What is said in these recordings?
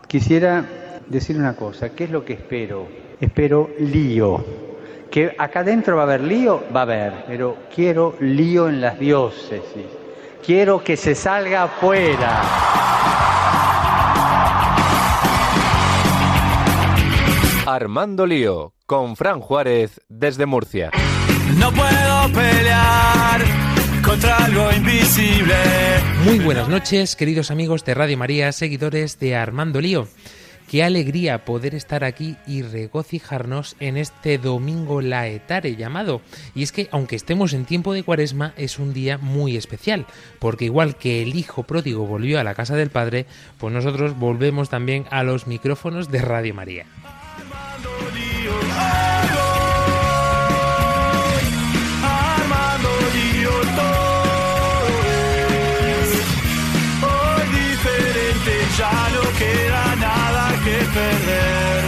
Quisiera decir una cosa, ¿qué es lo que espero? Espero lío. Que acá adentro va a haber lío, va a haber, pero quiero lío en las diócesis. Quiero que se salga afuera. Armando Lío, con Fran Juárez desde Murcia. No puedo pelear contra algo invisible. Muy buenas noches, queridos amigos de Radio María, seguidores de Armando Lío. Qué alegría poder estar aquí y regocijarnos en este domingo laetare llamado. Y es que, aunque estemos en tiempo de Cuaresma, es un día muy especial, porque igual que el hijo pródigo volvió a la casa del Padre, pues nosotros volvemos también a los micrófonos de Radio María. Ya no queda nada que perder.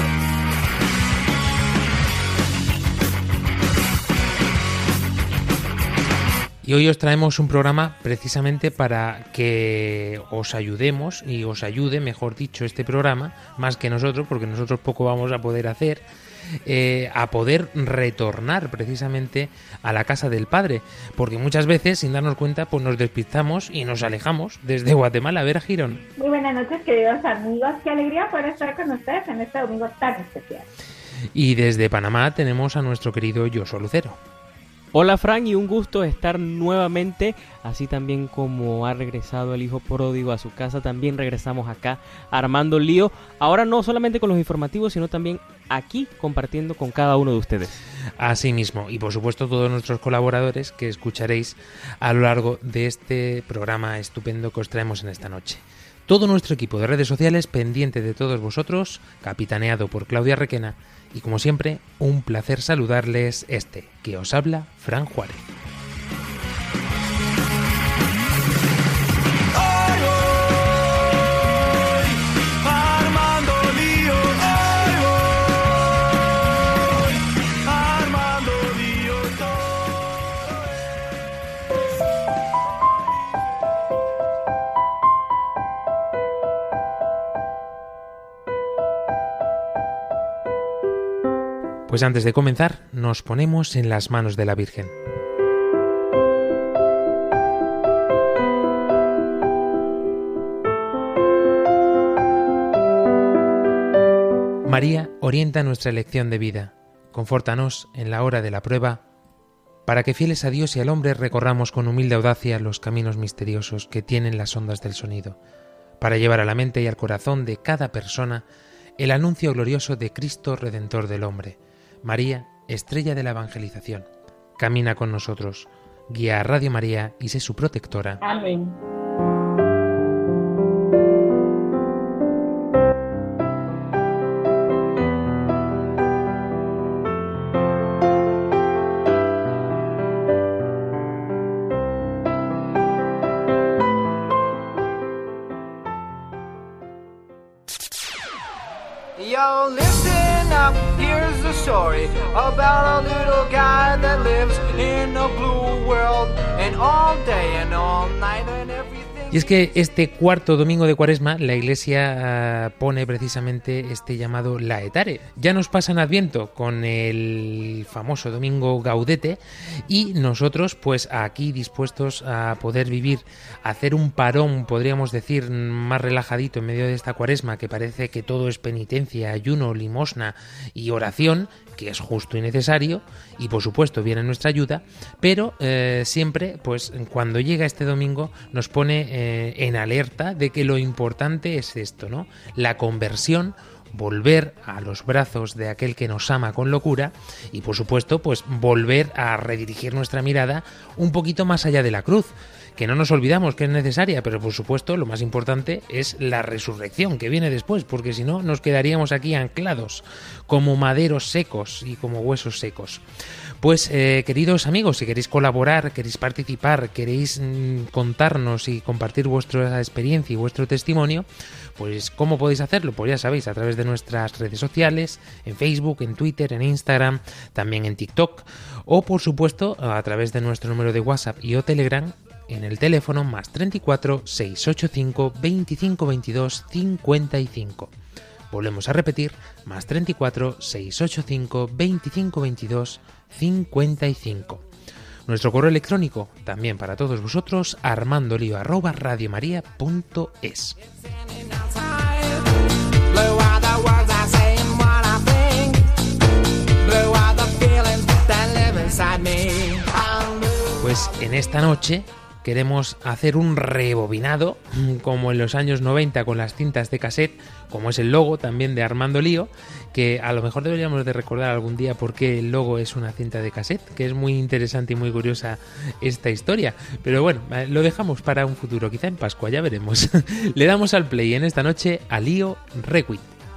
Y hoy os traemos un programa precisamente para que os ayudemos y os ayude, mejor dicho, este programa, más que nosotros, porque nosotros poco vamos a poder hacer, a poder retornar precisamente a la casa del Padre, porque muchas veces, sin darnos cuenta, pues nos despistamos y nos alejamos desde Guatemala. A ver, Girón. Muy buenas noches, queridos amigos. Qué alegría poder estar con ustedes en este domingo tan especial. Y desde Panamá tenemos a nuestro querido Joshua Lucero. Hola Fran, y un gusto estar nuevamente, así también como ha regresado el hijo pródigo a su casa, también regresamos acá Armando Lío, ahora no solamente con los informativos, sino también aquí compartiendo con cada uno de ustedes. Así mismo, y por supuesto todos nuestros colaboradores que escucharéis a lo largo de este programa estupendo que os traemos en esta noche. Todo nuestro equipo de redes sociales pendiente de todos vosotros, capitaneado por Claudia Requena, y como siempre, un placer saludarles que os habla Fran Juárez. Pues antes de comenzar, nos ponemos en las manos de la Virgen. María orienta nuestra elección de vida. Confórtanos en la hora de la prueba, para que fieles a Dios y al hombre recorramos con humilde audacia los caminos misteriosos que tienen las ondas del sonido, para llevar a la mente y al corazón de cada persona el anuncio glorioso de Cristo Redentor del hombre. María, estrella de la evangelización, camina con nosotros, guía a Radio María y sé su protectora. Amén. Yo, listen up, here's the story about a little guy that lives in a blue world, and all day and all night and everything. Y es que este cuarto domingo de Cuaresma la Iglesia pone precisamente este llamado laetare. Ya nos pasa en Adviento con el famoso domingo Gaudete y nosotros pues aquí dispuestos a poder vivir, a hacer un parón, podríamos decir, más relajadito en medio de esta Cuaresma que parece que todo es penitencia, ayuno, limosna y oración, que es justo y necesario y por supuesto viene en nuestra ayuda, pero siempre pues cuando llega este domingo nos pone en alerta de que lo importante es esto, ¿no? La conversión, volver a los brazos de aquel que nos ama con locura y por supuesto pues volver a redirigir nuestra mirada un poquito más allá de la cruz, que no nos olvidamos que es necesaria, pero por supuesto lo más importante es la resurrección que viene después, porque si no nos quedaríamos aquí anclados como maderos secos y como huesos secos. Pues queridos amigos, si queréis colaborar, queréis participar, queréis contarnos y compartir vuestra experiencia y vuestro testimonio, pues ¿cómo podéis hacerlo? Pues ya sabéis, a través de nuestras redes sociales, en Facebook, en Twitter, en Instagram, también en TikTok, o por supuesto a través de nuestro número de WhatsApp y o Telegram, en el teléfono más 34 685 25 22 55. Volvemos a repetir, más 34 685 25 22 55. Nuestro correo electrónico, también para todos vosotros, armandolio@radiomaria.es. Pues en esta noche queremos hacer un rebobinado, como en los años 90 con las cintas de cassette, como es el logo también de Armando Lío, que a lo mejor deberíamos de recordar algún día por qué el logo es una cinta de cassette, que es muy interesante y muy curiosa esta historia. Pero bueno, lo dejamos para un futuro, quizá en Pascua, ya veremos. Le damos al play en esta noche a Lío Requit.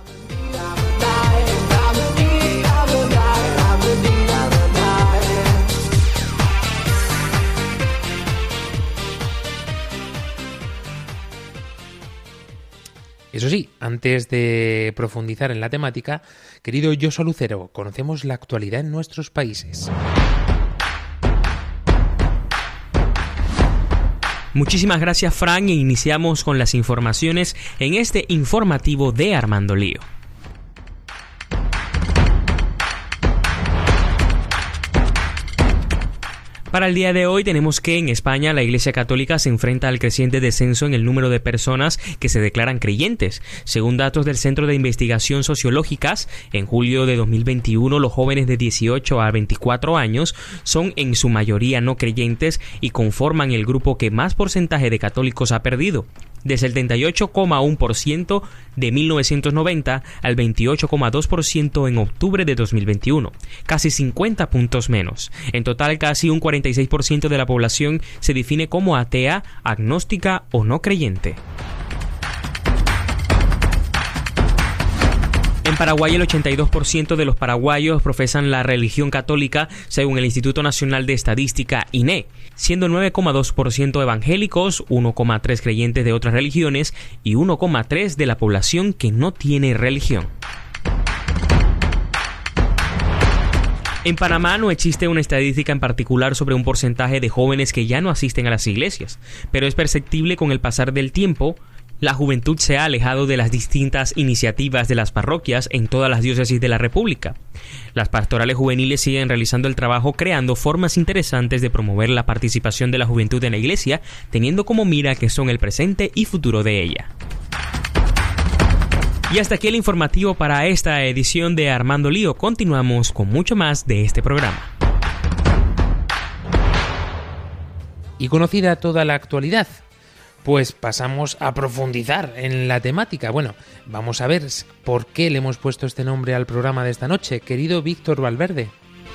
Eso sí, antes de profundizar en la temática, querido Josu Lucero, conocemos la actualidad en nuestros países. Muchísimas gracias, Fran, e iniciamos con las informaciones en este informativo de Armando Lío. Para el día de hoy tenemos que en España la Iglesia Católica se enfrenta al creciente descenso en el número de personas que se declaran creyentes. Según datos del Centro de Investigación Sociológicas, en julio de 2021 los jóvenes de 18 a 24 años son en su mayoría no creyentes y conforman el grupo que más porcentaje de católicos ha perdido, desde el 78,1% de 1990 al 28,2% en octubre de 2021, casi 50 puntos menos. En total, casi un 46% de la población se define como atea, agnóstica o no creyente. En Paraguay, el 82% de los paraguayos profesan la religión católica, según el Instituto Nacional de Estadística, INE, siendo 9,2% evangélicos, 1,3% creyentes de otras religiones y 1,3% de la población que no tiene religión. En Panamá no existe una estadística en particular sobre un porcentaje de jóvenes que ya no asisten a las iglesias, pero es perceptible con el pasar del tiempo. La juventud se ha alejado de las distintas iniciativas de las parroquias en todas las diócesis de la República. Las pastorales juveniles siguen realizando el trabajo creando formas interesantes de promover la participación de la juventud en la iglesia, teniendo como mira que son el presente y futuro de ella. Y hasta aquí el informativo para esta edición de Armando Lío. Continuamos con mucho más de este programa. Y conocida toda la actualidad, pues pasamos a profundizar en la temática. Bueno, vamos a ver por qué le hemos puesto este nombre al programa de esta noche, querido Víctor Valverde.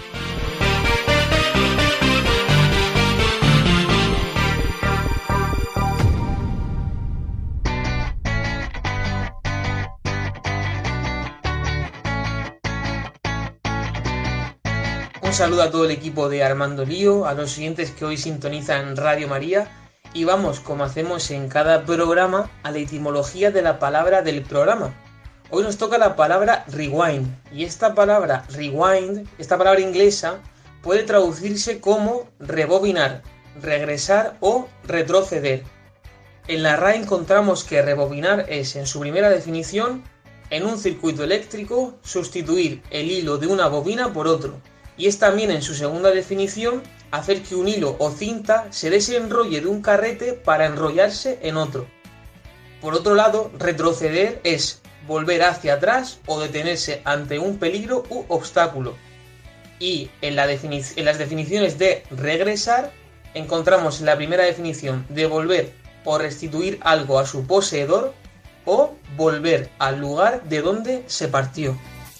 Un saludo a todo el equipo de Armando Lío, a los oyentes que hoy sintonizan Radio María. Y vamos, como hacemos en cada programa, a la etimología de la palabra del programa. Hoy nos toca la palabra rewind. Y esta palabra rewind, esta palabra inglesa, puede traducirse como rebobinar, regresar o retroceder. En la RAE encontramos que rebobinar es, en su primera definición, en un circuito eléctrico, sustituir el hilo de una bobina por otro. Y es también, en su segunda definición, hacer que un hilo o cinta se desenrolle de un carrete para enrollarse en otro. Por otro lado, retroceder es volver hacia atrás o detenerse ante un peligro u obstáculo. Y en las definiciones de regresar, encontramos en la primera definición devolver o restituir algo a su poseedor o volver al lugar de donde se partió.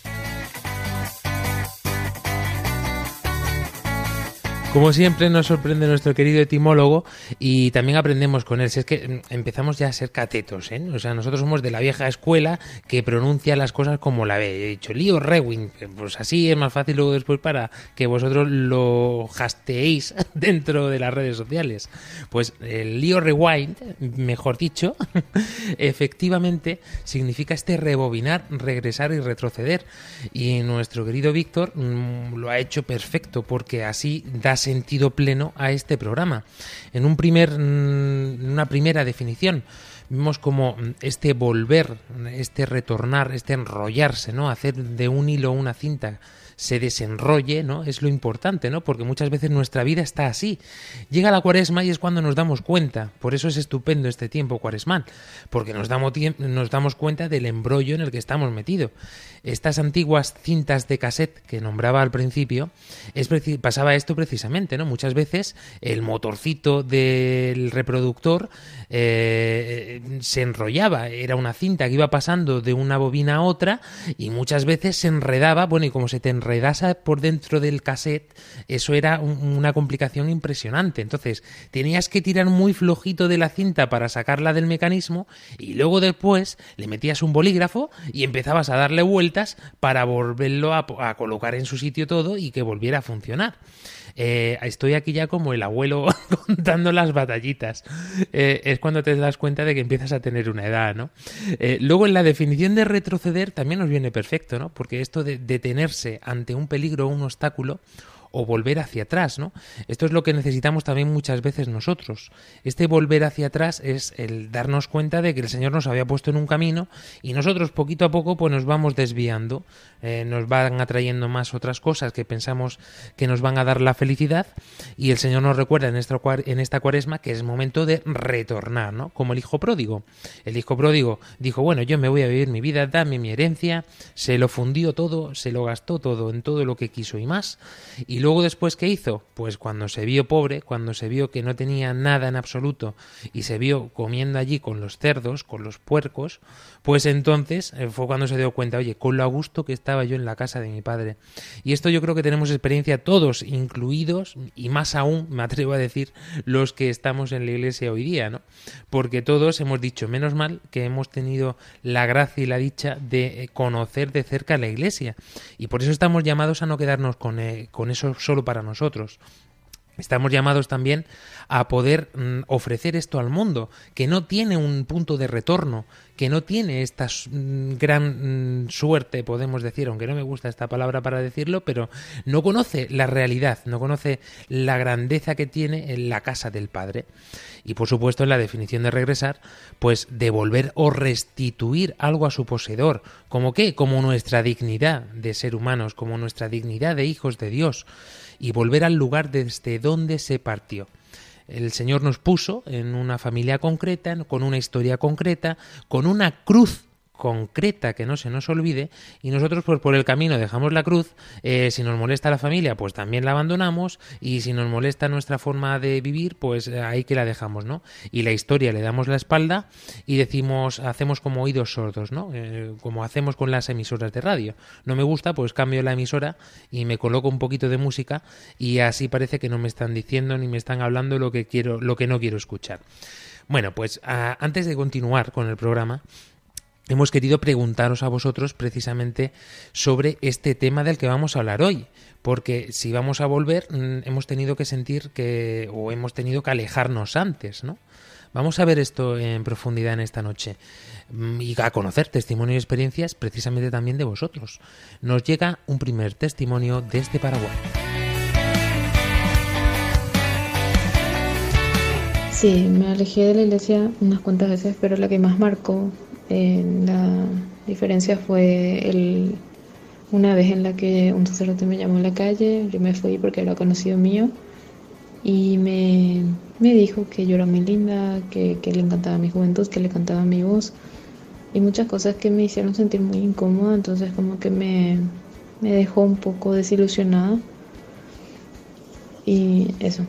Como siempre nos sorprende nuestro querido etimólogo y también aprendemos con él. Si es que empezamos ya a ser catetos, ¿eh? O sea, nosotros somos de la vieja escuela que pronuncia las cosas como la ve. He dicho Lío Rewind, pues así es más fácil luego después para que vosotros lo hasteéis dentro de las redes sociales. Pues el Lío Rewind, mejor dicho, efectivamente significa este rebobinar, regresar y retroceder. Y nuestro querido Víctor lo ha hecho perfecto porque así da sentido pleno a este programa. En una primera definición, vimos como este volver, este retornar, este enrollarse, ¿no? Hacer de un hilo una cinta se desenrolle, ¿no? Es lo importante, ¿no? Porque muchas veces nuestra vida está así. Llega la Cuaresma y es cuando nos damos cuenta. Por eso es estupendo este tiempo cuaresmal, porque nos damos cuenta del embrollo en el que estamos metidos. Estas antiguas cintas de cassette que nombraba al principio, pasaba esto precisamente, ¿no? Muchas veces el motorcito del reproductor se enrollaba, era una cinta que iba pasando de una bobina a otra y muchas veces se enredaba, bueno, y como se te enredase por dentro del cassette, eso era una complicación impresionante. Entonces tenías que tirar muy flojito de la cinta para sacarla del mecanismo y luego después le metías un bolígrafo y empezabas a darle vueltas para volverlo a colocar en su sitio todo y que volviera a funcionar. Estoy aquí ya como el abuelo contando las batallitas. Es cuando te das cuenta de que empiezas a tener una edad, ¿no? Luego en la definición de retroceder también nos viene perfecto, ¿no? Porque esto de detenerse ante un peligro o un obstáculo o volver hacia atrás, ¿no? Esto es lo que necesitamos también muchas veces nosotros. Este volver hacia atrás es el darnos cuenta de que el Señor nos había puesto en un camino y nosotros poquito a poco pues nos vamos desviando, nos van atrayendo más otras cosas que pensamos que nos van a dar la felicidad y el Señor nos recuerda en esta Cuaresma que es momento de retornar, ¿no? Como el hijo pródigo. El hijo pródigo dijo, bueno, yo me voy a vivir mi vida, dame mi herencia, se lo fundió todo, se lo gastó todo en todo lo que quiso y más. Y luego después, ¿qué hizo? Pues cuando se vio pobre, cuando se vio que no tenía nada en absoluto y se vio comiendo allí con los cerdos, con los puercos, pues entonces fue cuando se dio cuenta, oye, con lo a gusto que estaba yo en la casa de mi padre. Y esto yo creo que tenemos experiencia todos, incluidos, y más aún, me atrevo a decir, los que estamos en la iglesia hoy día, ¿no? Porque todos hemos dicho, menos mal que hemos tenido la gracia y la dicha de conocer de cerca la iglesia. Y por eso estamos llamados a no quedarnos con eso solo para nosotros. Estamos llamados también a poder ofrecer esto al mundo, que no tiene un punto de retorno, que no tiene esta gran suerte, podemos decir, aunque no me gusta esta palabra para decirlo, pero no conoce la realidad, no conoce la grandeza que tiene en la casa del Padre. Y por supuesto en la definición de regresar, pues devolver o restituir algo a su poseedor. ¿Como qué? Como nuestra dignidad de ser humanos, como nuestra dignidad de hijos de Dios. Y volver al lugar desde donde se partió. El Señor nos puso en una familia concreta, con una historia concreta, con una cruz concreta que no se nos olvide, y nosotros pues por el camino dejamos la cruz. Si nos molesta la familia pues también la abandonamos, y si nos molesta nuestra forma de vivir pues ahí que la dejamos, ¿no? Y la historia le damos la espalda y decimos, hacemos como oídos sordos, ¿no? Como hacemos con las emisoras de radio. No me gusta, pues cambio la emisora y me coloco un poquito de música y así parece que no me están diciendo ni me están hablando lo que no quiero escuchar. Bueno, pues antes de continuar con el programa, hemos querido preguntaros a vosotros precisamente sobre este tema del que vamos a hablar hoy, porque si vamos a volver hemos tenido que sentir hemos tenido que alejarnos antes, ¿no? Vamos a ver esto en profundidad en esta noche y a conocer testimonios y experiencias precisamente también de vosotros. Nos llega un primer testimonio desde Paraguay. Sí, me alejé de la iglesia unas cuantas veces, pero la que más marcó la diferencia fue una vez en la que un sacerdote me llamó a la calle. Yo me fui porque era conocido mío y me dijo que yo era muy linda, que le encantaba mi juventud, que le encantaba mi voz y muchas cosas que me hicieron sentir muy incómoda. Entonces como que me dejó un poco desilusionada y eso.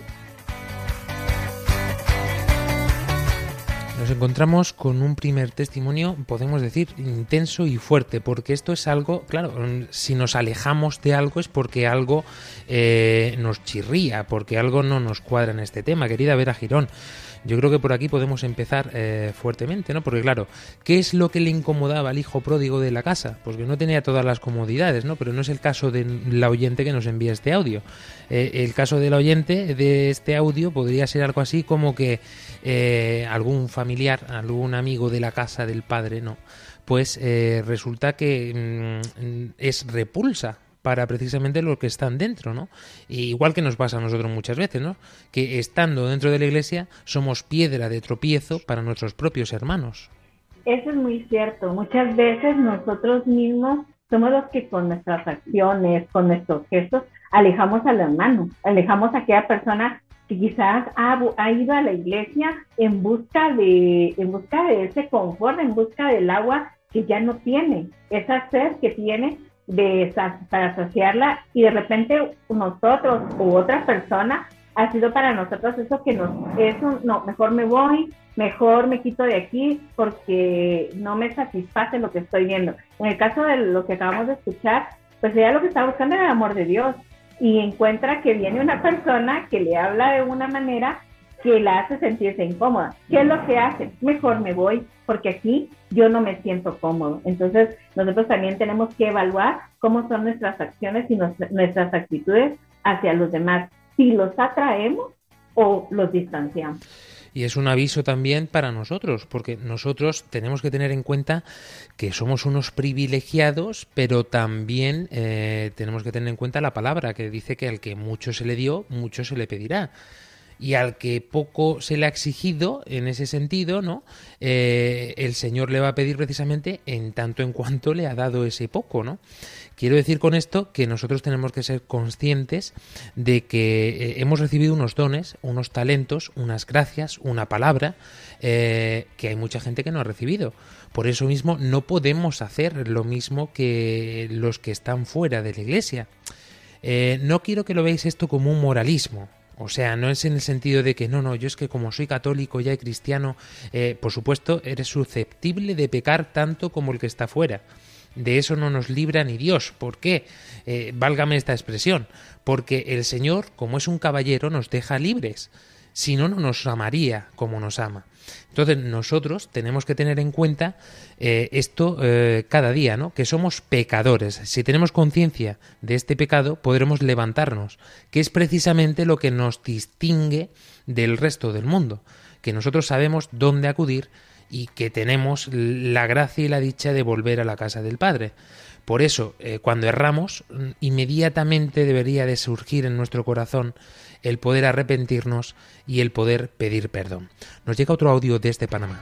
Nos encontramos con un primer testimonio, podemos decir, intenso y fuerte, porque esto es algo, claro, si nos alejamos de algo es porque algo nos chirría, porque algo no nos cuadra en este tema. Querida Vera Girón, yo creo que por aquí podemos empezar fuertemente, ¿no? Porque claro, ¿qué es lo que le incomodaba al hijo pródigo de la casa? Pues que no tenía todas las comodidades, ¿no? Pero no es el caso de la oyente que nos envía este audio. El caso del oyente de este audio podría ser algo así como que algún familiar, algún amigo de la casa del padre, ¿no? Pues resulta que es repulsa para precisamente los que están dentro, ¿no? Y igual que nos pasa a nosotros muchas veces, ¿no? Que estando dentro de la iglesia somos piedra de tropiezo para nuestros propios hermanos. Eso es muy cierto. Muchas veces nosotros mismos somos los que con nuestras acciones, con nuestros gestos, alejamos al hermano, alejamos a aquella persona que quizás ha ido a la iglesia en busca de ese confort, en busca del agua que ya no tiene, esa sed que tiene para saciarla, y de repente nosotros u otra persona ha sido para nosotros eso que mejor me voy, mejor me quito de aquí porque no me satisface lo que estoy viendo. En el caso de lo que acabamos de escuchar, pues ella lo que está buscando era el amor de Dios, y encuentra que viene una persona que le habla de una manera que la hace sentirse incómoda. ¿Qué es lo que hace? Mejor me voy, porque aquí yo no me siento cómodo. Entonces, nosotros también tenemos que evaluar cómo son nuestras acciones y nuestras actitudes hacia los demás, si los atraemos o los distanciamos. Y es un aviso también para nosotros, porque nosotros tenemos que tener en cuenta que somos unos privilegiados, pero también tenemos que tener en cuenta la palabra que dice que al que mucho se le dio, mucho se le pedirá. Y al que poco se le ha exigido, en ese sentido, ¿no? El Señor le va a pedir precisamente en tanto en cuanto le ha dado ese poco, ¿no? Quiero decir con esto que nosotros tenemos que ser conscientes de que hemos recibido unos dones, unos talentos, unas gracias, una palabra, que hay mucha gente que no ha recibido. Por eso mismo no podemos hacer lo mismo que los que están fuera de la iglesia. No quiero que lo veáis esto como un moralismo. O sea, no es en el sentido de que no, yo es que como soy católico ya y cristiano, por supuesto, eres susceptible de pecar tanto como el que está fuera. De eso no nos libra ni Dios. ¿Por qué? Válgame esta expresión. Porque el Señor, como es un caballero, nos deja libres. Si no, no nos amaría como nos ama. Entonces nosotros tenemos que tener en cuenta esto cada día, ¿no? Que somos pecadores. Si tenemos conciencia de este pecado, podremos levantarnos, que es precisamente lo que nos distingue del resto del mundo, que nosotros sabemos dónde acudir y que tenemos la gracia y la dicha de volver a la casa del Padre. Por eso, cuando erramos, inmediatamente debería de surgir en nuestro corazón el poder arrepentirnos y el poder pedir perdón. Nos llega otro audio desde Panamá.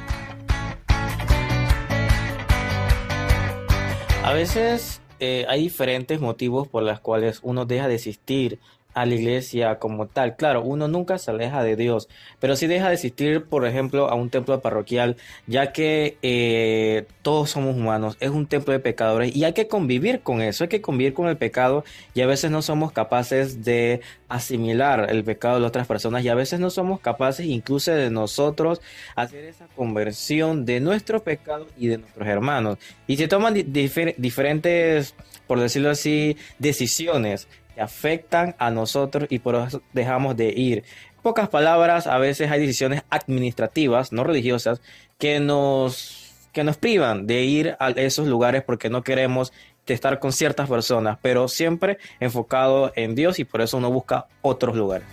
A veces hay diferentes motivos por los cuales uno deja de asistir a la iglesia como tal. Claro, uno nunca se aleja de Dios, pero sí deja de asistir, por ejemplo, a un templo parroquial, ya que todos somos humanos, es un templo de pecadores y hay que convivir con eso, hay que convivir con el pecado, y a veces no somos capaces de asimilar el pecado de otras personas, y a veces no somos capaces incluso de nosotros hacer esa conversión de nuestro pecado y de nuestros hermanos, y se toman diferentes, por decirlo así, decisiones que afectan a nosotros y por eso dejamos de ir. En pocas palabras, a veces hay decisiones administrativas, no religiosas, que nos privan de ir a esos lugares porque no queremos estar con ciertas personas, pero siempre enfocado en Dios, y por eso uno busca otros lugares.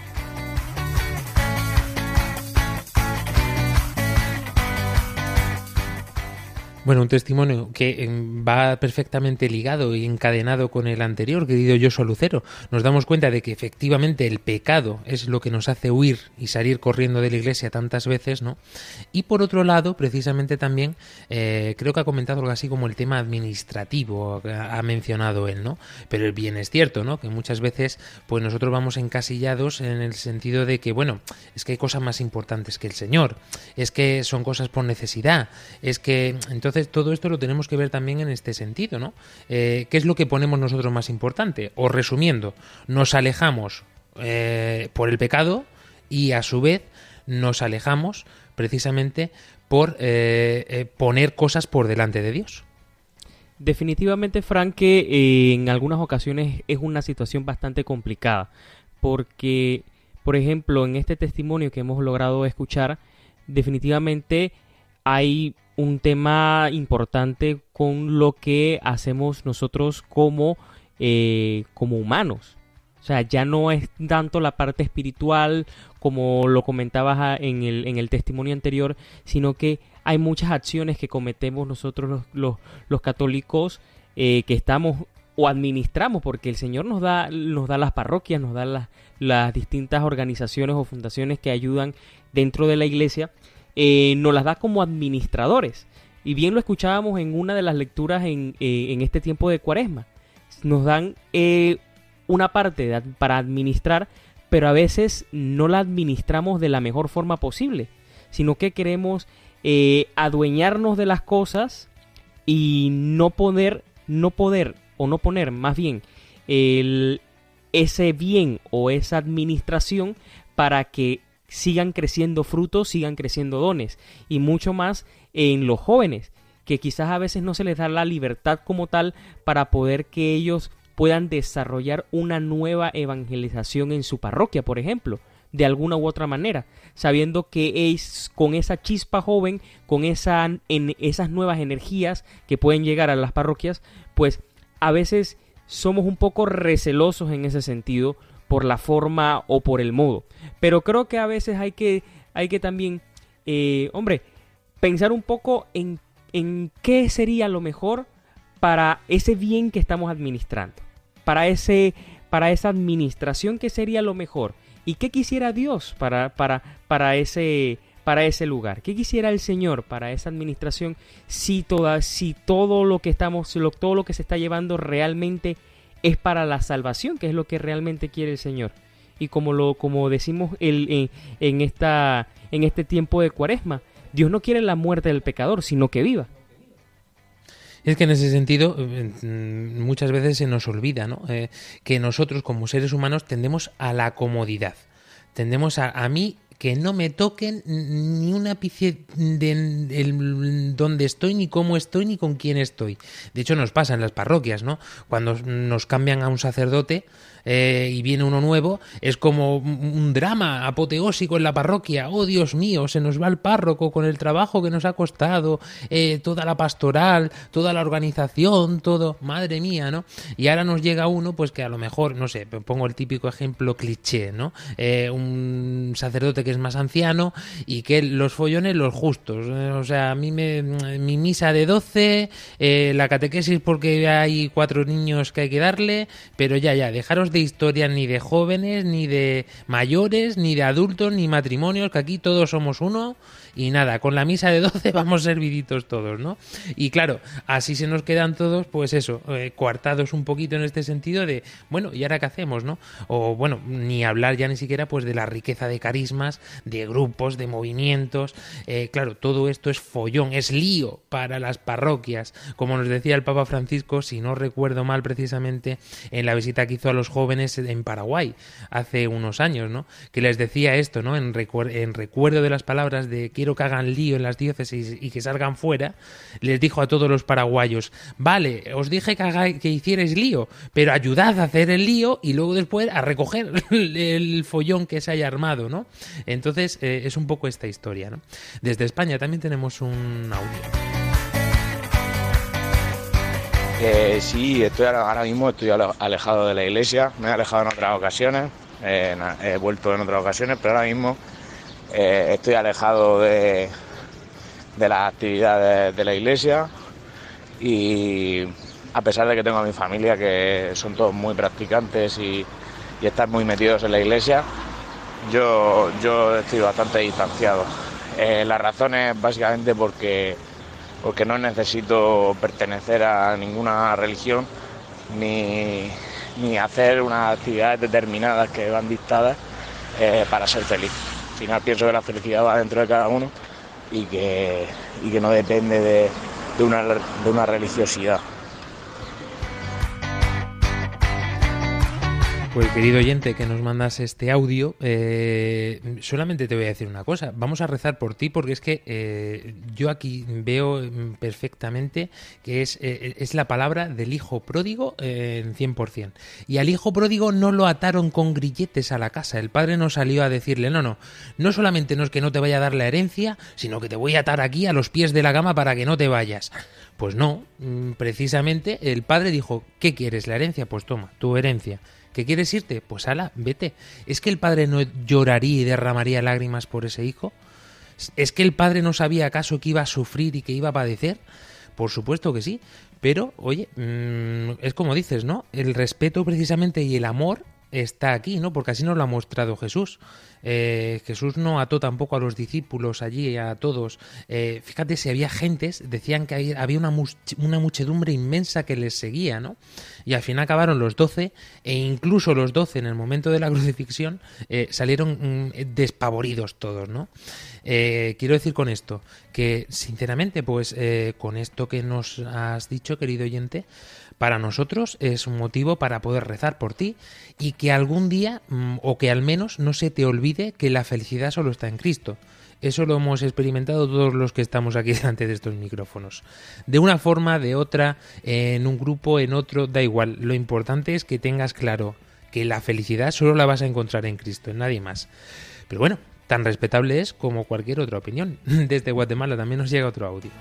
Bueno, un testimonio que va perfectamente ligado y encadenado con el anterior, querido Joshua Lucero. Nos damos cuenta de que efectivamente el pecado es lo que nos hace huir y salir corriendo de la iglesia tantas veces, ¿no? Y por otro lado, precisamente también, creo que ha comentado algo así como el tema administrativo, ha mencionado él, ¿no? Pero bien es cierto, ¿no? Que muchas veces pues nosotros vamos encasillados en el sentido de que, bueno, es que hay cosas más importantes que el Señor, es que son cosas por necesidad, es que entonces todo esto lo tenemos que ver también en este sentido, ¿no? ¿Qué es lo que ponemos nosotros más importante? O resumiendo, nos alejamos por el pecado y a su vez nos alejamos precisamente por poner cosas por delante de Dios. Definitivamente, Frank, que en algunas ocasiones es una situación bastante complicada, porque, por ejemplo, en este testimonio que hemos logrado escuchar, definitivamente hay un tema importante con lo que hacemos nosotros como humanos. O sea, ya no es tanto la parte espiritual como lo comentabas en el testimonio anterior, sino que hay muchas acciones que cometemos nosotros los católicos que estamos o administramos, porque el Señor nos da las parroquias, nos da las distintas organizaciones o fundaciones que ayudan dentro de la iglesia, nos las da como administradores. Y bien lo escuchábamos en una de las lecturas en este tiempo de Cuaresma. Nos dan una parte para administrar, pero a veces no la administramos de la mejor forma posible, sino que queremos adueñarnos de las cosas y no poner más bien ese bien o esa administración para que sigan creciendo frutos, sigan creciendo dones, y mucho más en los jóvenes, que quizás a veces no se les da la libertad como tal para poder que ellos puedan desarrollar una nueva evangelización en su parroquia, por ejemplo, de alguna u otra manera, sabiendo que es con esa chispa joven, con esas nuevas energías que pueden llegar a las parroquias, pues a veces somos un poco recelosos en ese sentido por la forma o por el modo. Pero creo que a veces hay que también, pensar un poco en qué sería lo mejor para ese bien que estamos administrando, para esa administración, qué sería lo mejor y qué quisiera Dios para ese lugar, qué quisiera el Señor para esa administración, si todo lo que se está llevando realmente es para la salvación, que es lo que realmente quiere el Señor. Y como decimos en este tiempo de Cuaresma, Dios no quiere la muerte del pecador, sino que viva. Es que en ese sentido muchas veces se nos olvida, ¿no? Que nosotros como seres humanos tendemos a la comodidad. Tendemos a mí que no me toquen ni un ápice de dónde estoy, ni cómo estoy, ni con quién estoy. De hecho nos pasa en las parroquias, ¿no? Cuando nos cambian a un sacerdote y viene uno nuevo, es como un drama apoteósico en la parroquia. ¡Oh, Dios mío! Se nos va el párroco con el trabajo que nos ha costado, toda la pastoral, toda la organización, todo, madre mía, ¿no? Y ahora nos llega uno, pues que a lo mejor, no sé, pongo el típico ejemplo cliché, ¿no? Un sacerdote que es más anciano y que los follones los justos. O sea, a mí mi misa de 12, la catequesis porque hay 4 niños que hay que darle, pero ya, dejaros de historias ni de jóvenes, ni de mayores, ni de adultos, ni matrimonios, que aquí todos somos uno y nada, con la misa de 12 vamos serviditos todos, ¿no? Y claro, así se nos quedan todos, pues eso, coartados un poquito en este sentido de, bueno, ¿y ahora qué hacemos, no? O bueno, ni hablar ya ni siquiera pues de la riqueza de carismas, de grupos, de movimientos. Claro, todo esto es follón, es lío para las parroquias, como nos decía el Papa Francisco, si no recuerdo mal precisamente, en la visita que hizo a los jóvenes en Paraguay hace unos años, ¿no? Que les decía esto, ¿no? En recuerdo de las palabras de quiero que hagan lío en las diócesis y que salgan fuera, les dijo a todos los paraguayos, vale, os dije que hicierais lío, pero ayudad a hacer el lío y luego después a recoger el follón que se haya armado, ¿no? Entonces es un poco esta historia, ¿no? Desde España también tenemos un audio. Sí, ahora mismo estoy alejado de la iglesia, me he alejado en otras ocasiones, he vuelto en otras ocasiones, pero ahora mismo estoy alejado de las actividades de la iglesia, y a pesar de que tengo a mi familia que son todos muy practicantes y están muy metidos en la iglesia, yo estoy bastante distanciado. La razón es básicamente porque no necesito pertenecer a ninguna religión ni hacer unas actividades determinadas que van dictadas para ser feliz. Al final pienso que la felicidad va dentro de cada uno y que no depende de una religiosidad. Pues querido oyente que nos mandas este audio, solamente te voy a decir una cosa, vamos a rezar por ti porque es que yo aquí veo perfectamente que es la palabra del hijo pródigo en 100%. Y al hijo pródigo no lo ataron con grilletes a la casa, el padre no salió a decirle no solamente no es que no te vaya a dar la herencia, sino que te voy a atar aquí a los pies de la cama para que no te vayas. Pues no, precisamente el padre dijo, ¿qué quieres, la herencia? Pues toma, tu herencia. ¿Que quieres irte? Pues ala, vete. ¿Es que el padre no lloraría y derramaría lágrimas por ese hijo? ¿Es que el padre no sabía acaso que iba a sufrir y que iba a padecer? Por supuesto que sí, pero oye, es como dices, ¿no? El respeto precisamente y el amor está aquí, ¿no? Porque así nos lo ha mostrado Jesús. Jesús no ató tampoco a los discípulos allí, a todos. Fíjate, si había gentes, decían que había una muchedumbre inmensa que les seguía, ¿no? Y al fin acabaron los 12, e incluso los 12 en el momento de la crucifixión salieron despavoridos todos, ¿no? Quiero decir con esto que, sinceramente, pues con esto que nos has dicho, querido oyente, para nosotros es un motivo para poder rezar por ti y que algún día, o que al menos no se te olvide que la felicidad solo está en Cristo. Eso lo hemos experimentado todos los que estamos aquí delante de estos micrófonos. De una forma, de otra, en un grupo, en otro, da igual. Lo importante es que tengas claro que la felicidad solo la vas a encontrar en Cristo, en nadie más. Pero bueno, tan respetable es como cualquier otra opinión. Desde Guatemala también nos llega otro audio.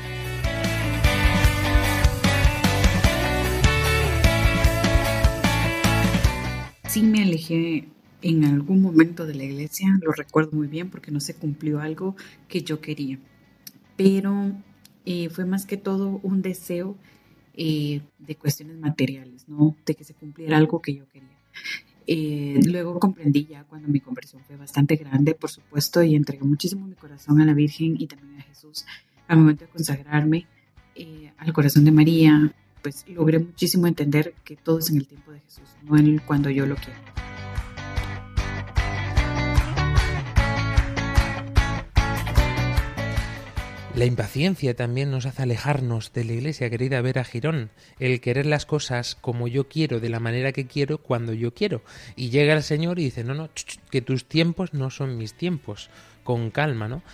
Sí me alejé en algún momento de la iglesia, lo recuerdo muy bien porque no se cumplió algo que yo quería, pero fue más que todo un deseo de cuestiones materiales, ¿no? De que se cumpliera algo que yo quería. Luego comprendí ya cuando mi conversión fue bastante grande, por supuesto, y entregué muchísimo mi corazón a la Virgen y también a Jesús al momento de consagrarme al corazón de María. Pues logré muchísimo entender que todo es en el tiempo de Jesús, no en cuando yo lo quiero. La impaciencia también nos hace alejarnos de la iglesia, querida Vera Girón. El querer las cosas como yo quiero, de la manera que quiero, cuando yo quiero. Y llega el Señor y dice, no, que tus tiempos no son mis tiempos. Con calma, ¿no?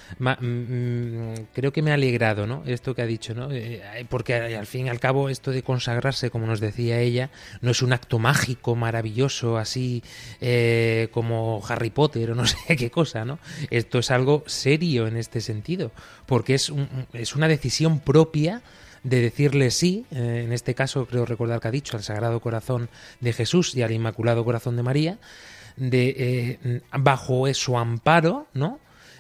Creo que me ha alegrado, ¿no? Esto que ha dicho, ¿no? Porque al fin y al cabo esto de consagrarse, como nos decía ella, no es un acto mágico, maravilloso, así como Harry Potter o no sé qué cosa, ¿no? Esto es algo serio en este sentido, porque es una decisión propia de decirle sí, en este caso creo recordar que ha dicho al Sagrado Corazón de Jesús y al Inmaculado Corazón de María, de bajo su amparo, ¿no?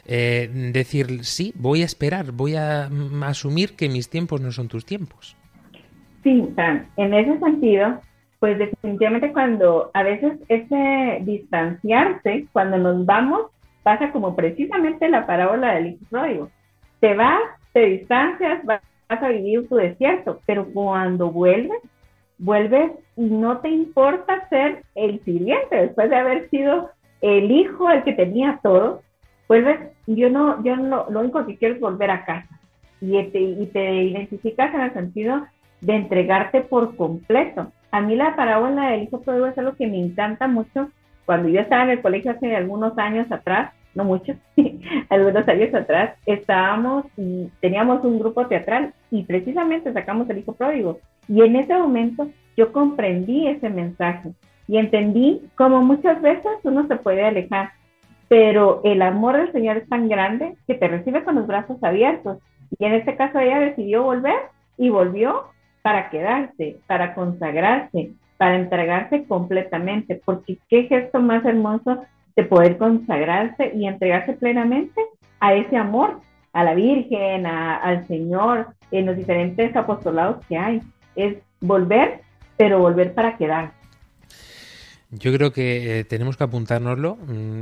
Decir sí, voy a esperar, voy a asumir que mis tiempos no son tus tiempos. Sí, en ese sentido, pues definitivamente cuando a veces ese distanciarse, cuando nos vamos, pasa como precisamente la parábola del hijo pródigo. Te vas, te distancias, vas a vivir tu desierto, pero cuando vuelves y no te importa ser el sirviente, después de haber sido el hijo, el que tenía todo, vuelves, yo no, lo único que quiero es volver a casa. Y te identificas en el sentido de entregarte por completo. A mí la parábola del hijo pródigo es algo que me encanta mucho. Cuando yo estaba en el colegio hace algunos años atrás, no muchos, algunos años atrás, estábamos y teníamos un grupo teatral y precisamente sacamos el hijo pródigo. Y en ese momento yo comprendí ese mensaje y entendí cómo muchas veces uno se puede alejar, pero el amor del Señor es tan grande que te recibe con los brazos abiertos. Y en este caso ella decidió volver y volvió para quedarse, para consagrarse, para entregarse completamente, porque qué gesto más hermoso de poder consagrarse y entregarse plenamente a ese amor, a la Virgen, al Señor, en los diferentes apostolados que hay. Es volver, pero volver para quedarse. Yo creo que tenemos que apuntárnoslo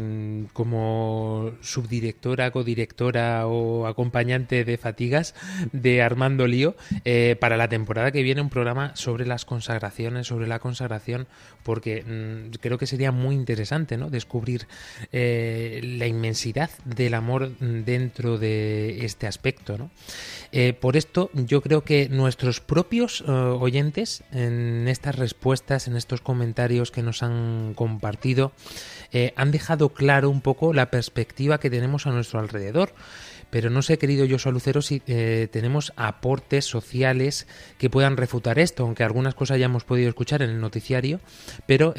como subdirectora, codirectora o acompañante de fatigas de Armando Lío para la temporada que viene, un programa sobre las consagraciones, sobre la consagración, porque creo que sería muy interesante, ¿no? Descubrir la inmensidad del amor dentro de este aspecto, ¿no? Por esto yo creo que nuestros propios oyentes en estas respuestas, en estos comentarios que nos han compartido, han dejado claro un poco la perspectiva que tenemos a nuestro alrededor. Pero no sé, querido Joshua Lucero, si tenemos aportes sociales que puedan refutar esto, aunque algunas cosas ya hemos podido escuchar en el noticiario, pero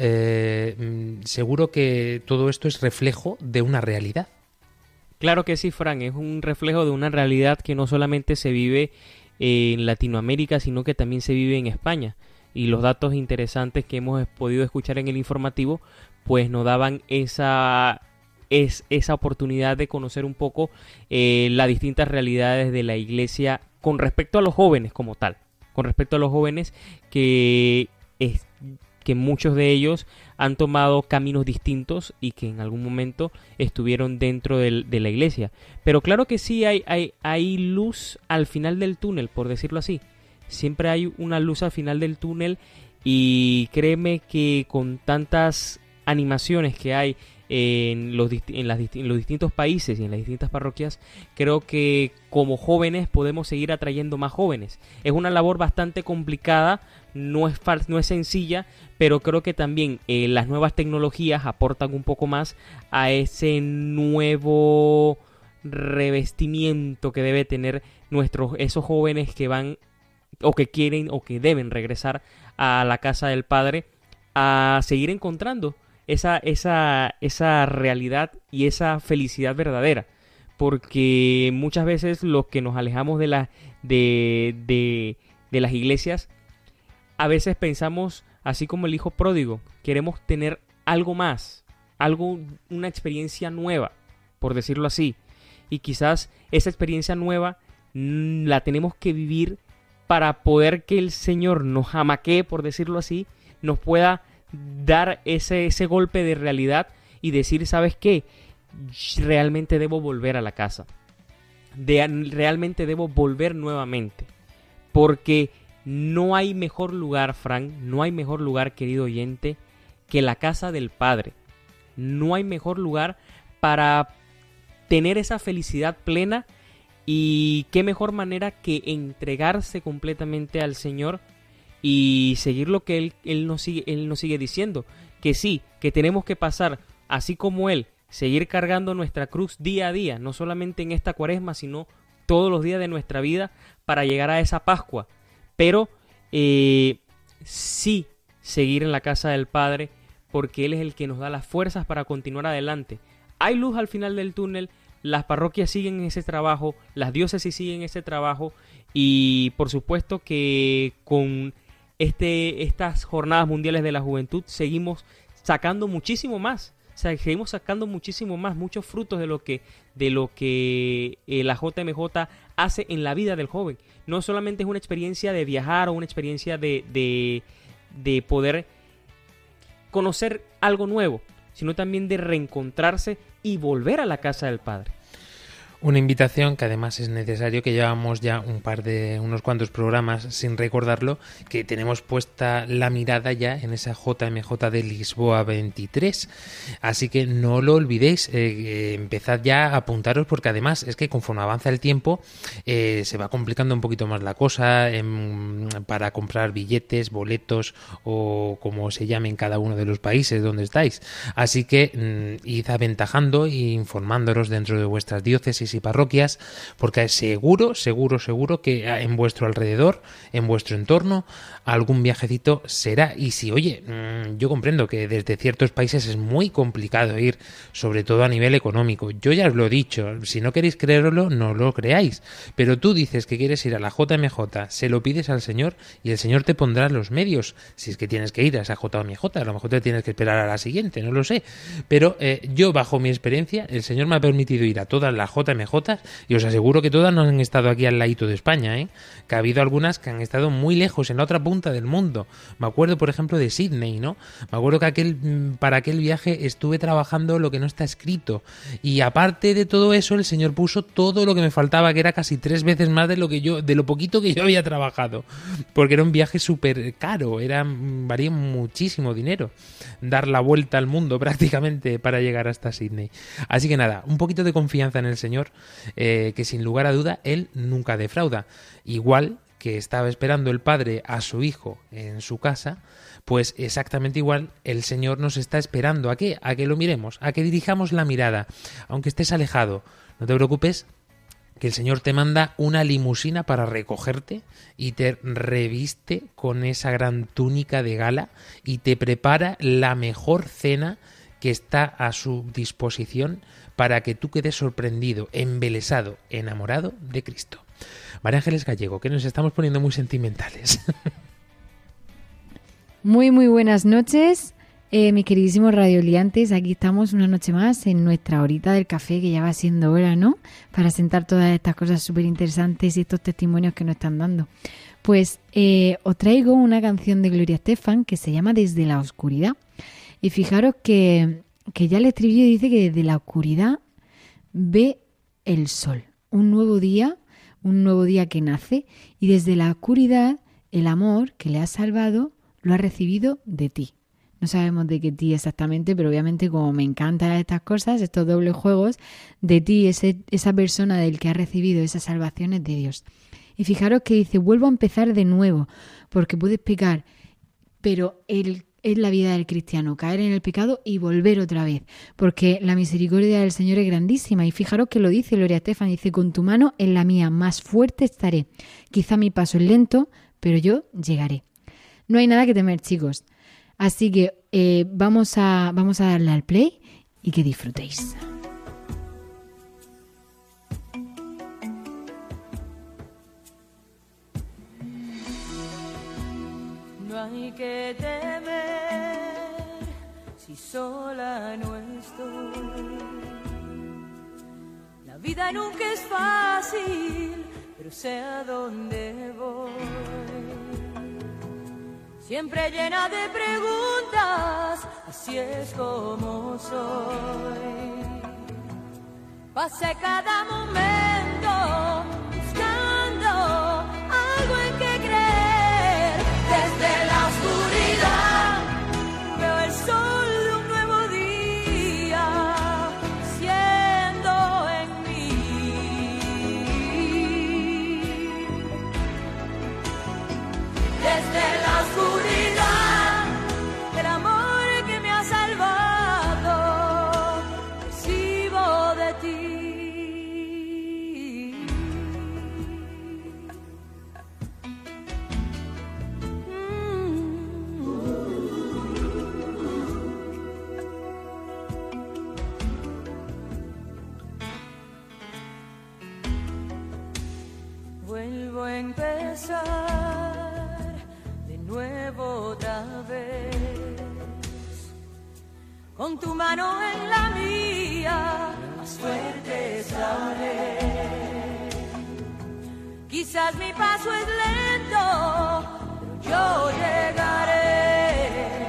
seguro que todo esto es reflejo de una realidad. Claro que sí, Fran, es un reflejo de una realidad que no solamente se vive en Latinoamérica, sino que también se vive en España. Y los datos interesantes que hemos podido escuchar en el informativo, pues nos daban esa oportunidad de conocer un poco las distintas realidades de la Iglesia con respecto a los jóvenes como tal, con respecto a los jóvenes que muchos de ellos han tomado caminos distintos y que en algún momento estuvieron dentro de la iglesia. Pero claro que sí hay luz al final del túnel, por decirlo así. Siempre hay una luz al final del túnel, y créeme que con tantas animaciones que hay en los distintos países y en las distintas parroquias, creo que como jóvenes podemos seguir atrayendo más jóvenes. Es una labor bastante complicada, no es sencilla, pero creo que también las nuevas tecnologías aportan un poco más a ese nuevo revestimiento que debe tener esos jóvenes que van o que quieren o que deben regresar a la casa del Padre, a seguir encontrando esa realidad y esa felicidad verdadera, porque muchas veces los que nos alejamos de las iglesias, a veces pensamos, así como el hijo pródigo, queremos tener algo más, una experiencia nueva, por decirlo así, y quizás esa experiencia nueva la tenemos que vivir para poder que el Señor nos jamaquee, por decirlo así, nos pueda dar ese golpe de realidad y decir, ¿sabes qué? Realmente debo volver a la casa. Realmente debo volver nuevamente. Porque no hay mejor lugar, Frank, no hay mejor lugar, querido oyente, que la casa del Padre. No hay mejor lugar para tener esa felicidad plena, y qué mejor manera que entregarse completamente al Señor y seguir lo que Él nos sigue diciendo, que sí, que tenemos que pasar, así como Él, seguir cargando nuestra cruz día a día, no solamente en esta Cuaresma, sino todos los días de nuestra vida para llegar a esa Pascua, pero sí seguir en la casa del Padre, porque Él es el que nos da las fuerzas para continuar adelante. Hay luz al final del túnel, las parroquias siguen en ese trabajo, las diócesis siguen en ese trabajo, y por supuesto que con estas jornadas mundiales de la juventud seguimos sacando muchísimo más, muchos frutos de lo que la JMJ hace en la vida del joven. No solamente es una experiencia de viajar o una experiencia de poder conocer algo nuevo, sino también de reencontrarse y volver a la casa del Padre. Una invitación que además es necesario, que llevamos ya unos cuantos programas sin recordarlo, que tenemos puesta la mirada ya en esa JMJ de Lisboa 23. Así que no lo olvidéis, empezad ya a apuntaros, porque además es que conforme avanza el tiempo se va complicando un poquito más la cosa para comprar billetes, boletos o como se llame en cada uno de los países donde estáis. Así que id aventajando e informándonos dentro de vuestras diócesis y parroquias, porque seguro que en vuestro alrededor, en vuestro entorno, algún viajecito será. Y si, oye, yo comprendo que desde ciertos países es muy complicado ir, sobre todo a nivel económico. Yo ya os lo he dicho, si no queréis creerlo, no lo creáis, pero tú dices que quieres ir a la JMJ, se lo pides al Señor y el Señor te pondrá los medios, si es que tienes que ir a esa JMJ, a lo mejor te tienes que esperar a la siguiente, no lo sé, pero yo, bajo mi experiencia, el Señor me ha permitido ir a todas las JMJ, y os aseguro que todas no han estado aquí al ladito de España, que ha habido algunas que han estado muy lejos, en la otra punta del mundo. Me acuerdo, por ejemplo, de Sydney, ¿no? Me acuerdo que para aquel viaje estuve trabajando lo que no está escrito, y aparte de todo eso, el Señor puso todo lo que me faltaba, que era casi 3 veces más de lo poquito que yo había trabajado, porque era un viaje súper caro, valía muchísimo dinero dar la vuelta al mundo prácticamente para llegar hasta Sydney. Así que nada, un poquito de confianza en el Señor, que sin lugar a duda Él nunca defrauda. Igual que estaba esperando el Padre a su Hijo en su casa, pues exactamente igual el Señor nos está esperando. ¿A qué? A que lo miremos, a que dirijamos la mirada, aunque estés alejado. No te preocupes, que el Señor te manda una limusina para recogerte y te reviste con esa gran túnica de gala y te prepara la mejor cena que está a su disposición para que tú quedes sorprendido, embelesado, enamorado de Cristo. María Ángeles Gallego, que nos estamos poniendo muy sentimentales. Muy buenas noches. Mis queridísimos radioliantes, aquí estamos una noche más en nuestra horita del café, que ya va siendo hora, ¿no? Para sentar todas estas cosas súper interesantes y estos testimonios que nos están dando. Pues os traigo una canción de Gloria Estefan que se llama Desde la oscuridad. Y fijaros que ya el estribillo dice que desde la oscuridad ve el sol. Un nuevo día que nace, y desde la oscuridad el amor que le ha salvado lo ha recibido de ti. No sabemos de qué ti exactamente, pero obviamente como me encantan estas cosas, estos dobles juegos, de ti, esa persona del que ha recibido esas salvaciones de Dios. Y fijaros que dice, vuelvo a empezar de nuevo, porque puedes pecar, pero es la vida del cristiano, caer en el pecado y volver otra vez, porque la misericordia del Señor es grandísima. Y fijaros que lo dice Gloria Estefan, dice, con tu mano en la mía, más fuerte estaré. Quizá mi paso es lento, pero yo llegaré. No hay nada que temer, chicos. Así que vamos a darle al play y que disfrutéis. No hay que temer si sola no estoy. La vida nunca es fácil, pero sé a dónde voy. Siempre llena de preguntas, así es como soy. Pasé cada momento buscando algo en que creer. Desde la oscuridad veo el sol de un nuevo día siendo en mí. Desde la oscuridad, el amor que me ha salvado, recibo de ti. Vuelvo a empezar de nuevo otra vez, con tu mano en la mía, más fuerte estaré. Quizás mi paso es lento, pero yo llegaré.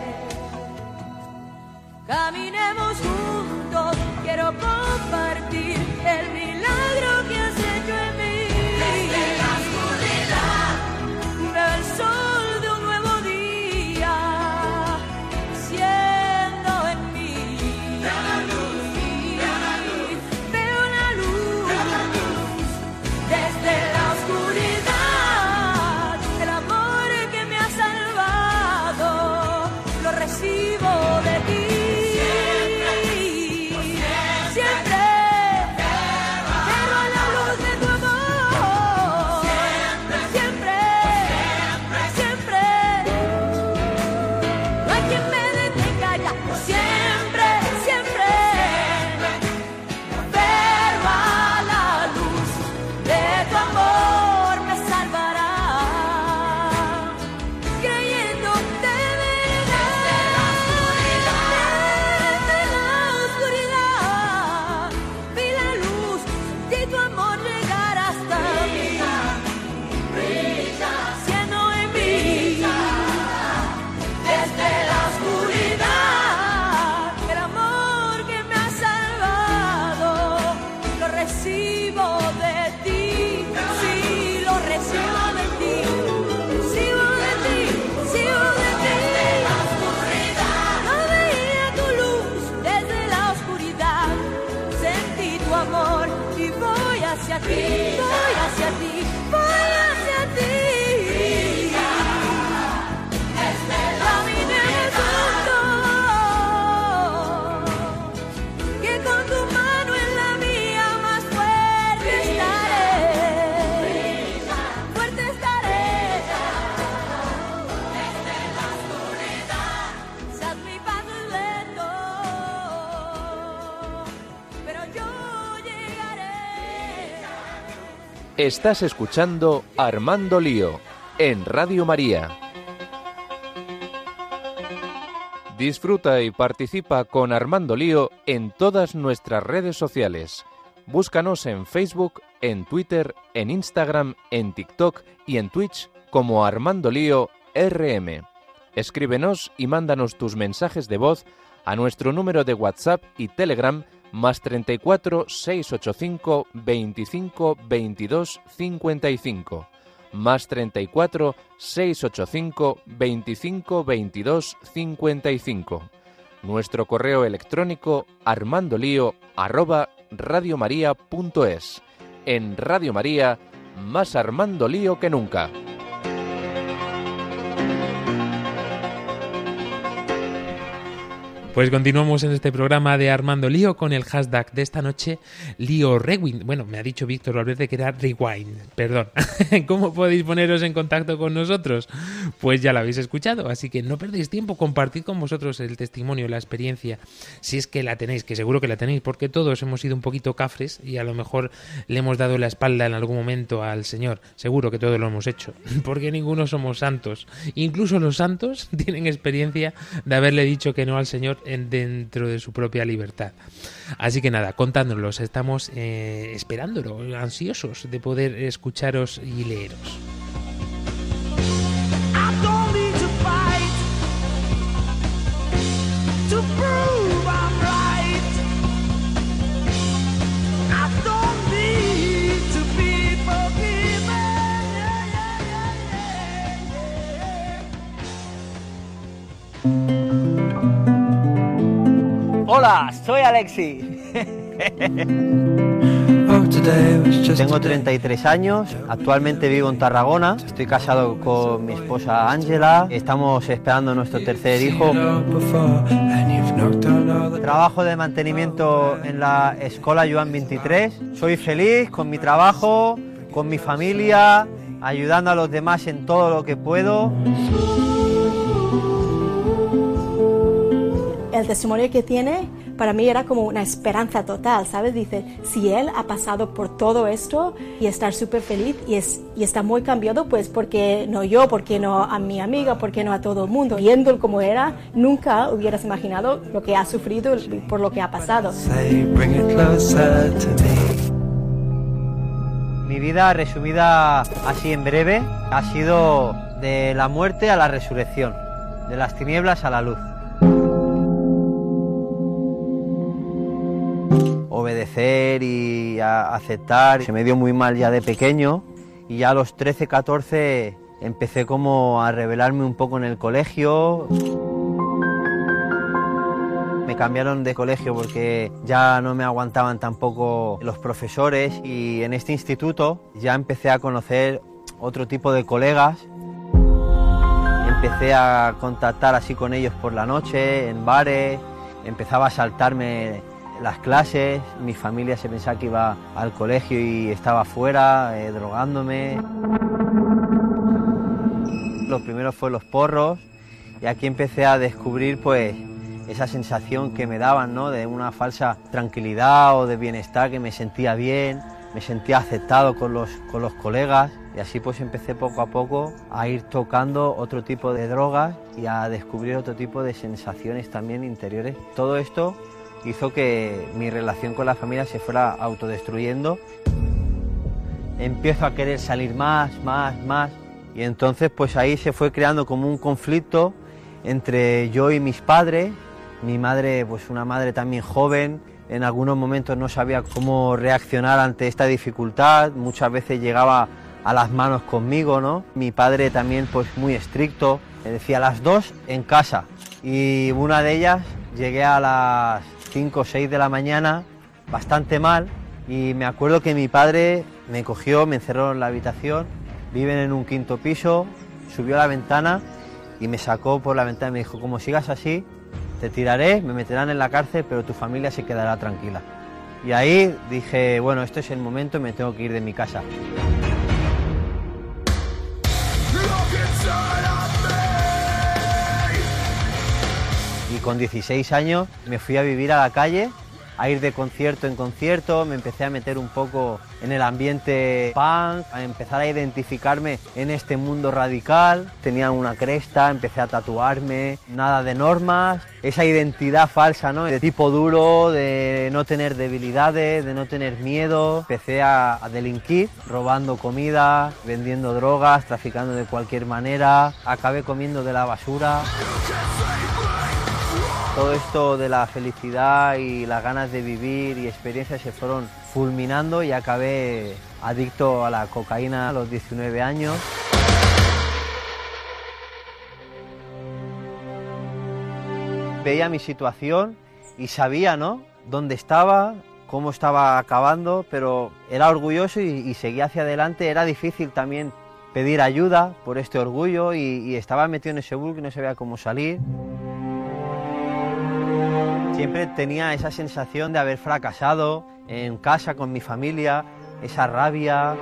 Caminemos juntos, quiero compartir el milagro que has hecho en mí. Desde la oscuridad veo el sol de un nuevo día siendo en mí. Veo la luz, veo la luz, desde la oscuridad, el amor que me ha salvado, lo recibo de ti. Siempre quiero la luz de tu amor. Siempre, siempre. No hay quien me detenga ya. Siempre, siempre. Pero a la luz de tu amor me salvará. Creyendo de verdad. Desde la oscuridad vi la luz, sentí tu amor llegar hasta mí. Siendo en mí. Desde la oscuridad, el amor que me ha salvado, lo recibo de ti. Sí, lo recibo de ti. Recibo de ti, recibo de ti. Desde la oscuridad, no veía tu luz. Desde la oscuridad, sentí tu amor y voy hacia ti, voy hacia ti, voy hacia ti. Caminemos juntos, que con tu mano en la mía más fuerte estaré. Fuerte estaré. Desde la oscuridad, quizás mi paso es lento, pero yo llegaré. Estás escuchando Armando Lío en Radio María. Disfruta y participa con Armando Lío en todas nuestras redes sociales. Búscanos en Facebook, en Twitter, en Instagram, en TikTok y en Twitch como Armando Lío RM. Escríbenos y mándanos tus mensajes de voz a nuestro número de WhatsApp y Telegram +34 685 25 22 55. +34 685 25 22 55. Nuestro correo electrónico armandolio@radiomaria.es. En Radio María, más Armando Lío que nunca. Pues continuamos en este programa de Armando Lío con el hashtag de esta noche, Lío Rewind. Bueno, me ha dicho Víctor Valverde que era Rewind, perdón. ¿Cómo podéis poneros en contacto con nosotros? Pues ya lo habéis escuchado, así que no perdéis tiempo, compartid con vosotros el testimonio, la experiencia, si es que la tenéis, que seguro que la tenéis, porque todos hemos sido un poquito cafres y a lo mejor le hemos dado la espalda en algún momento al Señor. Seguro que todos lo hemos hecho, porque ninguno somos santos. Incluso los santos tienen experiencia de haberle dicho que no al Señor dentro de su propia libertad. Así que nada, contádnoslos, estamos esperándolo, ansiosos de poder escucharos y leeros. Hola, soy Alexi. Tengo 33 años, actualmente vivo en Tarragona, estoy casado con mi esposa Ángela, estamos esperando nuestro tercer hijo. Trabajo de mantenimiento en la Escola Joan 23, soy feliz con mi trabajo, con mi familia, ayudando a los demás en todo lo que puedo. El testimonio que tiene para mí era como una esperanza total, ¿sabes? Dice, si él ha pasado por todo esto y está súper feliz y está muy cambiado, pues ¿por qué no yo? ¿Por qué no a mi amiga? ¿Por qué no a todo el mundo? Viéndolo como era, nunca hubieras imaginado lo que ha sufrido por lo que ha pasado. Mi vida, resumida así en breve, ha sido de la muerte a la resurrección, de las tinieblas a la luz. Obedecer y aceptar. Se me dio muy mal ya de pequeño y ya a los 13, 14 empecé como a rebelarme un poco en el colegio. Me cambiaron de colegio porque ya no me aguantaban tampoco los profesores y en este instituto ya empecé a conocer otro tipo de colegas. Empecé a contactar así con ellos por la noche, en bares, empezaba a saltarme las clases, mi familia se pensaba que iba al colegio y estaba fuera, drogándome. Lo primero fue los porros y aquí empecé a descubrir pues esa sensación que me daban, ¿no? De una falsa tranquilidad o de bienestar, que me sentía bien, me sentía aceptado con los colegas y así pues empecé poco a poco a ir tocando otro tipo de drogas y a descubrir otro tipo de sensaciones también interiores. Todo esto hizo que mi relación con la familia se fuera autodestruyendo. Empiezo a querer salir más y entonces pues ahí se fue creando como un conflicto entre yo y mis padres. Mi madre, pues una madre también joven, en algunos momentos no sabía cómo reaccionar ante esta dificultad, muchas veces llegaba a las manos conmigo, ¿no? Mi padre también pues muy estricto, me decía las 2 en casa y una de ellas llegué a las 5 o 6 de la mañana, bastante mal, y me acuerdo que mi padre me cogió, me encerró en la habitación, viven en un 5.º piso, subió a la ventana y me sacó por la ventana y me dijo, como sigas así, te tiraré, me meterán en la cárcel, pero tu familia se quedará tranquila. Y ahí dije, bueno, este es el momento y me tengo que ir de mi casa. Y con 16 años me fui a vivir a la calle a ir de concierto en concierto, me empecé a meter un poco en el ambiente punk, a empezar a identificarme en este mundo radical. Tenía una cresta, empecé a tatuarme, nada de normas, esa identidad falsa, ¿no? De tipo duro, de no tener debilidades, de no tener miedo. Empecé a delinquir, robando comida, vendiendo drogas, traficando de cualquier manera, acabé comiendo de la basura. Todo esto de la felicidad y las ganas de vivir y experiencias se fueron fulminando y acabé adicto a la cocaína a los 19 años. Veía mi situación y sabía, ¿no?, dónde estaba, cómo estaba acabando, pero era orgulloso y seguía hacia adelante. Era difícil también pedir ayuda por este orgullo y estaba metido en ese bucle y no sabía cómo salir. Siempre tenía esa sensación de haber fracasado en casa con mi familia, esa rabia.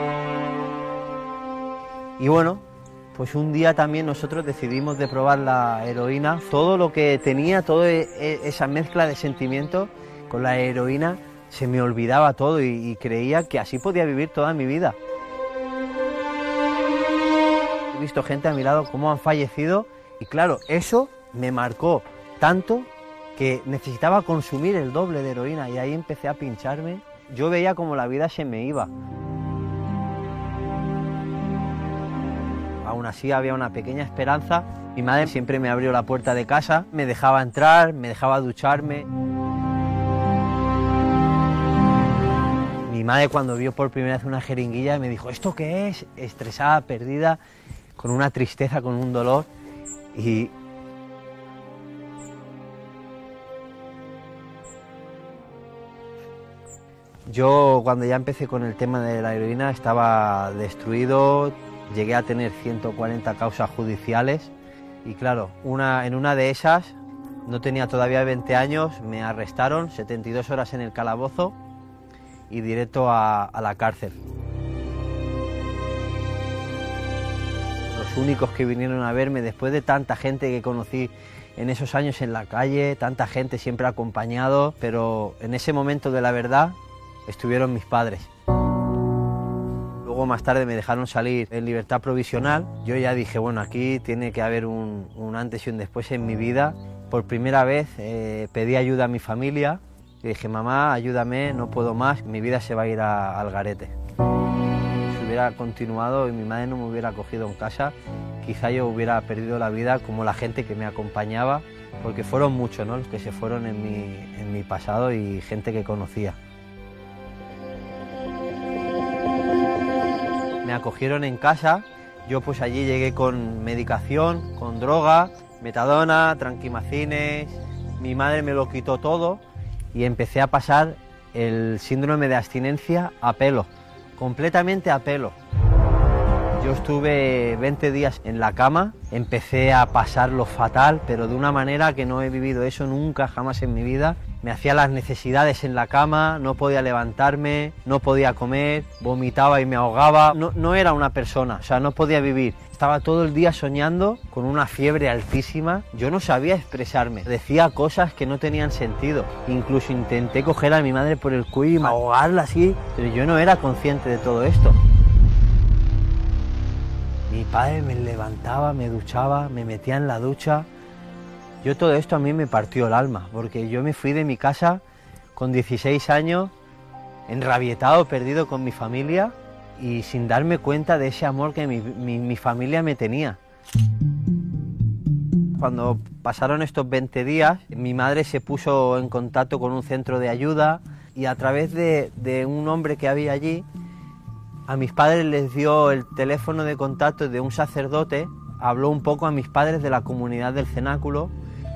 Y bueno, pues un día también nosotros decidimos de probar la heroína. Todo lo que tenía, toda esa mezcla de sentimientos con la heroína, se me olvidaba todo y creía que así podía vivir toda mi vida. He visto gente a mi lado cómo han fallecido y claro, eso me marcó tanto que necesitaba consumir el doble de heroína y ahí empecé a pincharme. Yo veía como la vida se me iba. Aún así había una pequeña esperanza. Mi madre siempre me abrió la puerta de casa, me dejaba entrar, me dejaba ducharme. Mi madre cuando vio por primera vez una jeringuilla me dijo, ¿esto qué es? Estresada, perdida, con una tristeza, con un dolor. Y yo cuando ya empecé con el tema de la heroína estaba destruido, llegué a tener 140 causas judiciales y claro, en una de esas, no tenía todavía 20 años, me arrestaron, 72 horas en el calabozo y directo a la cárcel. Los únicos que vinieron a verme después de tanta gente que conocí en esos años en la calle, tanta gente siempre acompañado, pero en ese momento de la verdad estuvieron mis padres. Luego más tarde me dejaron salir en libertad provisional. Yo ya dije, bueno, aquí tiene que haber un antes y un después en mi vida. Por primera vez pedí ayuda a mi familia y dije, mamá, ayúdame, no puedo más, mi vida se va a ir al garete. Si hubiera continuado y mi madre no me hubiera cogido en casa, quizá yo hubiera perdido la vida como la gente que me acompañaba, porque fueron muchos, ¿no?, los que se fueron en mi pasado y gente que conocía. Me acogieron en casa, yo pues allí llegué con medicación, con droga, metadona, tranquimacines, mi madre me lo quitó todo y empecé a pasar el síndrome de abstinencia a pelo, completamente a pelo. Yo estuve 20 días en la cama, empecé a pasarlo fatal, pero de una manera que no he vivido eso nunca, jamás en mi vida. Me hacía las necesidades en la cama, no podía levantarme, no podía comer, vomitaba y me ahogaba. No era una persona, o sea, no podía vivir. Estaba todo el día soñando con una fiebre altísima. Yo no sabía expresarme, decía cosas que no tenían sentido. Incluso intenté coger a mi madre por el cuello y ahogarla así, pero yo no era consciente de todo esto. Mi padre me levantaba, me duchaba, me metía en la ducha. Yo todo esto a mí me partió el alma, porque yo me fui de mi casa con 16 años, enrabietado, perdido con mi familia y sin darme cuenta de ese amor que mi familia me tenía. Cuando pasaron estos 20 días, mi madre se puso en contacto con un centro de ayuda y a través de un hombre que había allí, a mis padres les dio el teléfono de contacto de un sacerdote, habló un poco a mis padres de la comunidad del cenáculo.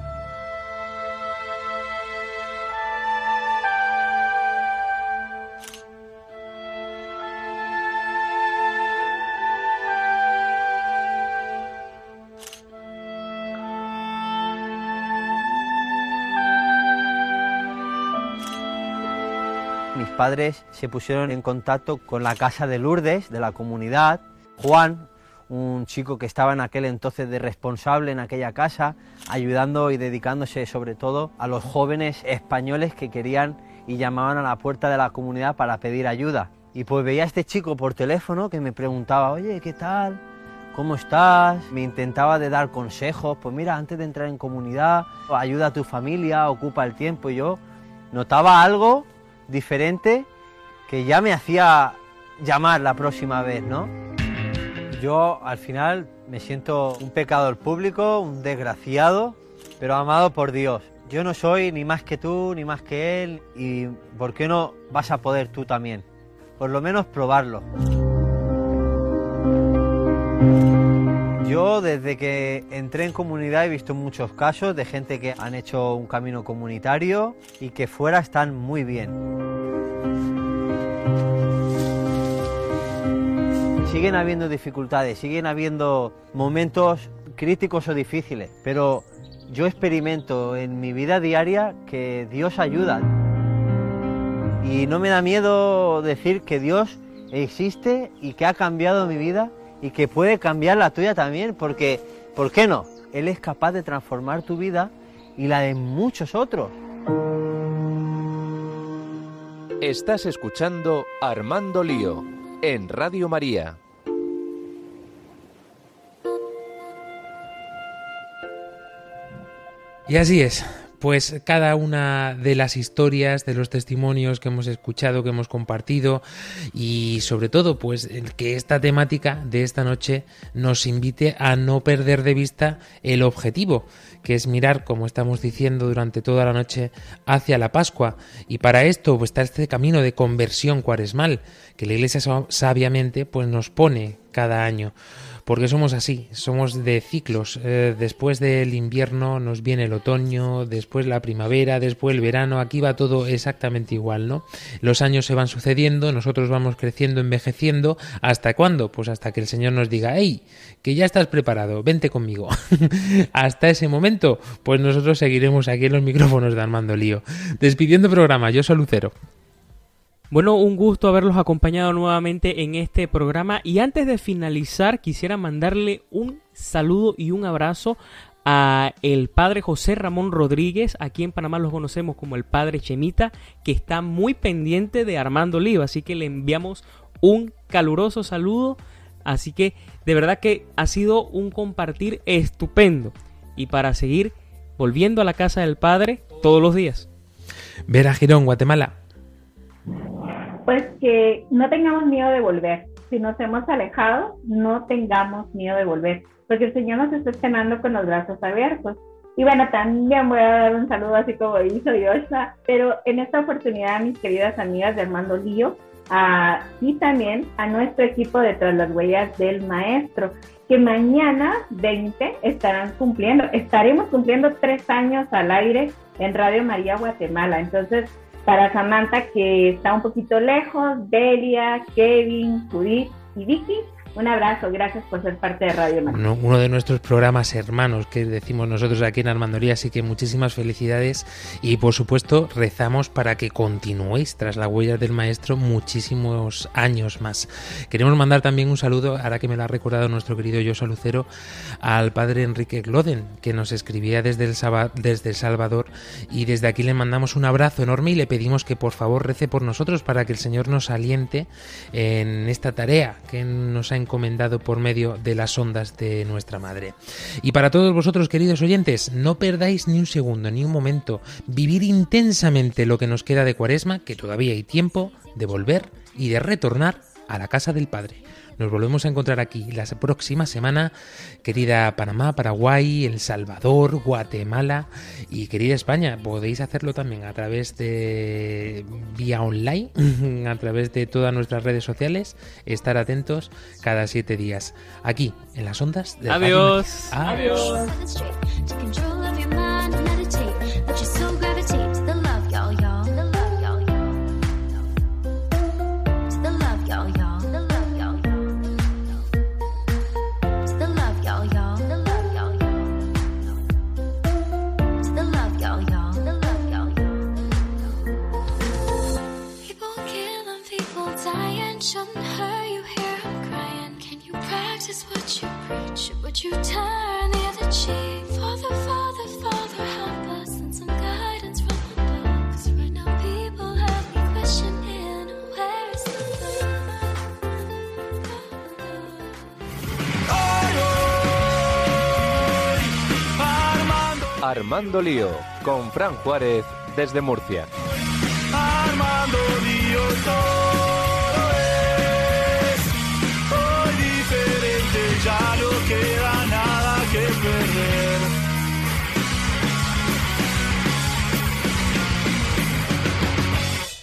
Mis padres se pusieron en contacto con la casa de Lourdes, de la comunidad. Juan, un chico que estaba en aquel entonces de responsable en aquella casa, ayudando y dedicándose sobre todo a los jóvenes españoles que querían y llamaban a la puerta de la comunidad para pedir ayuda. Y pues veía a este chico por teléfono que me preguntaba, oye, ¿qué tal? ¿Cómo estás? Me intentaba de dar consejos, pues mira, antes de entrar en comunidad, ayuda a tu familia, ocupa el tiempo. Y yo notaba algo diferente que ya me hacía llamar la próxima vez, ¿no? Yo al final me siento un pecador público, un desgraciado, pero amado por Dios. Yo no soy ni más que tú, ni más que Él, y ¿por qué no vas a poder tú también? Por lo menos probarlo. Yo desde que entré en comunidad he visto muchos casos de gente que han hecho un camino comunitario y que fuera están muy bien. Siguen habiendo dificultades, siguen habiendo momentos críticos o difíciles, pero yo experimento en mi vida diaria que Dios ayuda. Y no me da miedo decir que Dios existe y que ha cambiado mi vida y que puede cambiar la tuya también, porque, ¿por qué no? Él es capaz de transformar tu vida y la de muchos otros. Estás escuchando Armando Lío en Radio María. Y así es, pues cada una de las historias, de los testimonios que hemos escuchado, que hemos compartido y sobre todo pues que esta temática de esta noche nos invite a no perder de vista el objetivo, que es mirar, como estamos diciendo durante toda la noche, hacia la Pascua. Y para esto pues está este camino de conversión cuaresmal que la Iglesia sabiamente pues nos pone cada año. Porque somos así, somos de ciclos. Después del invierno nos viene el otoño, después la primavera, después el verano. Aquí va todo exactamente igual, ¿no? Los años se van sucediendo, nosotros vamos creciendo, envejeciendo. ¿Hasta cuándo? Pues hasta que el Señor nos diga, ¡hey! Que ya estás preparado, vente conmigo. Hasta ese momento, pues nosotros seguiremos aquí en los micrófonos de Armando Lío. Despidiendo el programa, yo soy Lucero. Bueno, un gusto haberlos acompañado nuevamente en este programa y antes de finalizar quisiera mandarle un saludo y un abrazo a el padre José Ramón Rodríguez, aquí en Panamá los conocemos como el padre Chemita, que está muy pendiente de Armando Lío, así que le enviamos un caluroso saludo, así que de verdad que ha sido un compartir estupendo y para seguir volviendo a la casa del padre todos los días. Vera Girón, Guatemala. Pues que no tengamos miedo de volver. Si nos hemos alejado, no tengamos miedo de volver, porque el Señor nos está esperando con los brazos abiertos. Y bueno, también voy a dar un saludo así como hizo Yoshua, pero en esta oportunidad, mis queridas amigas de Armando Lío, y también a nuestro equipo de Tras las Huellas del Maestro, que mañana 20 estaremos cumpliendo 3 años al aire en Radio María Guatemala. Entonces, para Samantha, que está un poquito lejos, Delia, Kevin, Judith y Vicky, un abrazo, gracias por ser parte de Radio María. Uno de nuestros programas hermanos que decimos nosotros aquí en Armando Lío, así que muchísimas felicidades y por supuesto rezamos para que continuéis tras las huellas del maestro muchísimos años más. Queremos mandar también un saludo, ahora que me lo ha recordado nuestro querido Joshua Lucero, al padre Enrique Gloden, que nos escribía desde El Salvador, y desde aquí le mandamos un abrazo enorme y le pedimos que por favor rece por nosotros para que el Señor nos aliente en esta tarea que nos ha encomendado por medio de las ondas de nuestra Madre. Y para todos vosotros, queridos oyentes, no perdáis ni un segundo, ni un momento, vivir intensamente lo que nos queda de Cuaresma, que todavía hay tiempo de volver y de retornar a la casa del Padre. Nos volvemos a encontrar aquí la próxima semana, querida Panamá, Paraguay, El Salvador, Guatemala y querida España. Podéis hacerlo también a través de vía online, a través de todas nuestras redes sociales. Estar atentos cada 7 días aquí en las ondas de Adiós. Adiós. Shouldn't hurt you, hear I'm crying. Can you practice is what you preach, would you turn the other cheek? Father, Father, Father, help us and some guidance from above. 'Cause right now people have me questioning, where is the Armando Lío, con Fran Juárez desde Murcia.